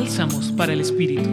Bálsamos para el Espíritu.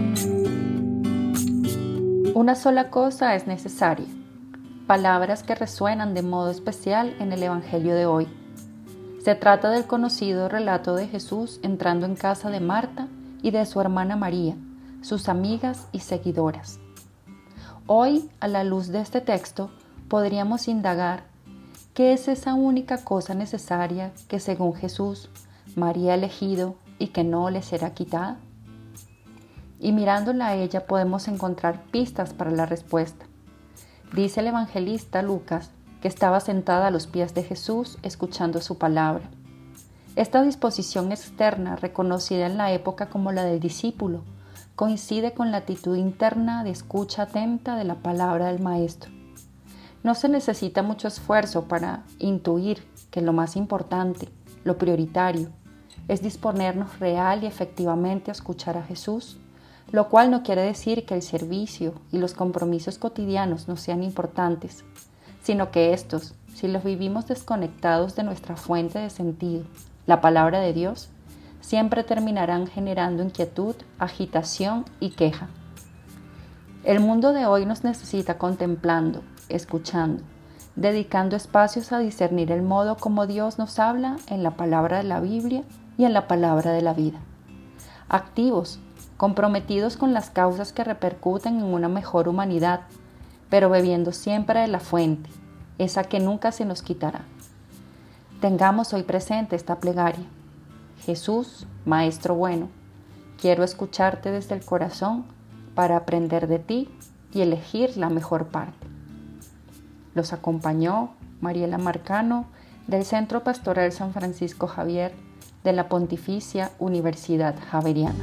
Una sola cosa es necesaria. Palabras que resuenan de modo especial en el Evangelio de hoy. Se trata del conocido relato de Jesús entrando en casa de Marta y de su hermana María, sus amigas y seguidoras. Hoy, a la luz de este texto, podríamos indagar ¿qué es esa única cosa necesaria que, según Jesús, María ha elegido y que no le será quitada? Y mirándola a ella podemos encontrar pistas para la respuesta. Dice el evangelista Lucas que estaba sentada a los pies de Jesús escuchando su palabra. Esta disposición externa, reconocida en la época como la del discípulo, coincide con la actitud interna de escucha atenta de la palabra del Maestro. No se necesita mucho esfuerzo para intuir que lo más importante, lo prioritario, es disponernos real y efectivamente a escuchar a Jesús, lo cual no quiere decir que el servicio y los compromisos cotidianos no sean importantes, sino que estos, si los vivimos desconectados de nuestra fuente de sentido, la palabra de Dios, siempre terminarán generando inquietud, agitación y queja. El mundo de hoy nos necesita contemplando, escuchando, dedicando espacios a discernir el modo como Dios nos habla en la palabra de la Biblia y en la palabra de la vida. Activos, comprometidos con las causas que repercuten en una mejor humanidad, pero bebiendo siempre de la fuente, esa que nunca se nos quitará. Tengamos hoy presente esta plegaria. Jesús, Maestro bueno, quiero escucharte desde el corazón para aprender de ti y elegir la mejor parte. Los acompañó Mariela Marcano del Centro Pastoral San Francisco Javier de la Pontificia Universidad Javeriana.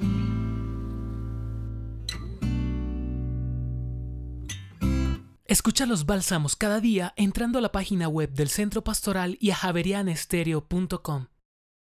Escucha los bálsamos cada día entrando a la página web del Centro Pastoral y a javerianestereo.com.